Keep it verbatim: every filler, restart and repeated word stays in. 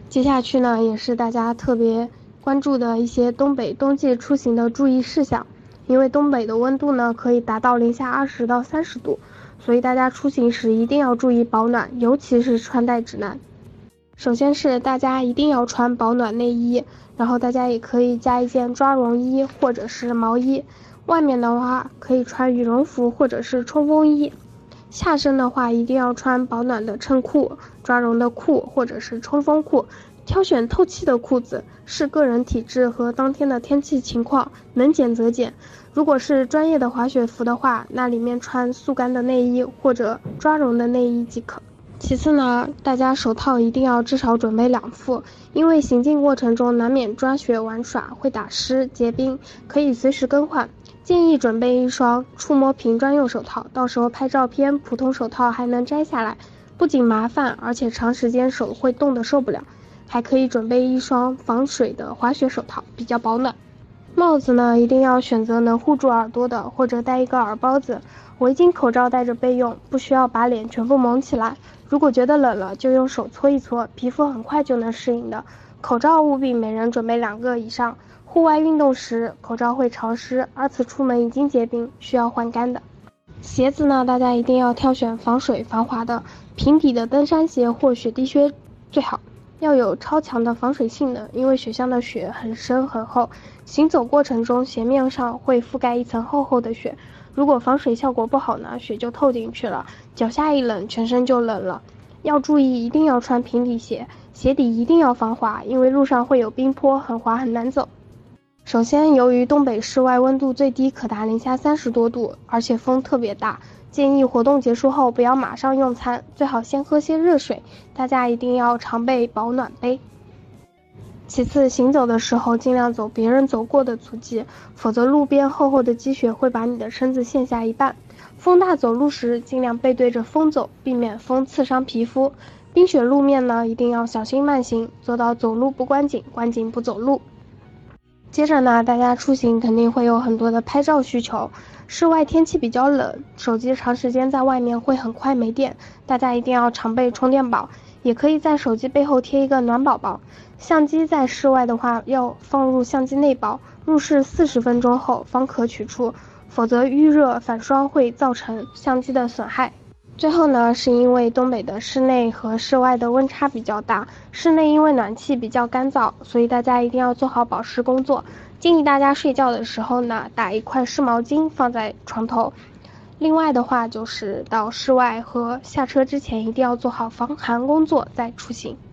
接下去呢，也是大家特别关注的一些东北冬季出行的注意事项。因为东北的温度呢可以达到零下二十到三十度，所以大家出行时一定要注意保暖，尤其是穿戴指南。首先是大家一定要穿保暖内衣，然后大家也可以加一件抓绒衣或者是毛衣，外面的话可以穿羽绒服或者是冲锋衣。下身的话一定要穿保暖的衬裤、抓绒的裤或者是冲锋裤，挑选透气的裤子，视个人体质和当天的天气情况，能减则减。如果是专业的滑雪服的话，那里面穿速干的内衣或者抓绒的内衣即可。其次呢，大家手套一定要至少准备两副，因为行进过程中难免抓雪玩耍会打湿结冰，可以随时更换。建议准备一双触摸屏专用手套，到时候拍照片普通手套还能摘下来，不仅麻烦，而且长时间手会冻得受不了。还可以准备一双防水的滑雪手套，比较保暖。帽子呢，一定要选择能护住耳朵的，或者戴一个耳包子。围巾、口罩戴着备用，不需要把脸全部蒙起来。如果觉得冷了，就用手搓一搓，皮肤很快就能适应的。口罩务必每人准备两个以上，户外运动时口罩会潮湿，二次出门已经结冰，需要换干的。鞋子呢，大家一定要挑选防水防滑的，平底的登山鞋或雪地靴最好。要有超强的防水性能，因为雪乡的雪很深很厚，行走过程中鞋面上会覆盖一层厚厚的雪，如果防水效果不好呢，雪就透进去了，脚下一冷，全身就冷了。要注意，一定要穿平底鞋，鞋底一定要防滑，因为路上会有冰坡，很滑很难走。首先，由于东北室外温度最低可达零下三十多度，而且风特别大，建议活动结束后不要马上用餐，最好先喝些热水，大家一定要常备保暖杯。其次，行走的时候尽量走别人走过的足迹，否则路边厚厚的积雪会把你的身子陷下一半。风大走路时尽量背对着风走，避免风刺伤皮肤。冰雪路面呢，一定要小心慢行，做到走路不关紧，关紧不走路。接着呢，大家出行肯定会有很多的拍照需求。室外天气比较冷，手机长时间在外面会很快没电，大家一定要常备充电宝，也可以在手机背后贴一个暖宝宝。相机在室外的话要放入相机内包，入室四十分钟后方可取出，否则遇热反霜会造成相机的损害。最后呢，是因为东北的室内和室外的温差比较大，室内因为暖气比较干燥，所以大家一定要做好保湿工作。建议大家睡觉的时候呢，打一块湿毛巾放在床头。另外的话，就是到室外和下车之前一定要做好防寒工作再出行。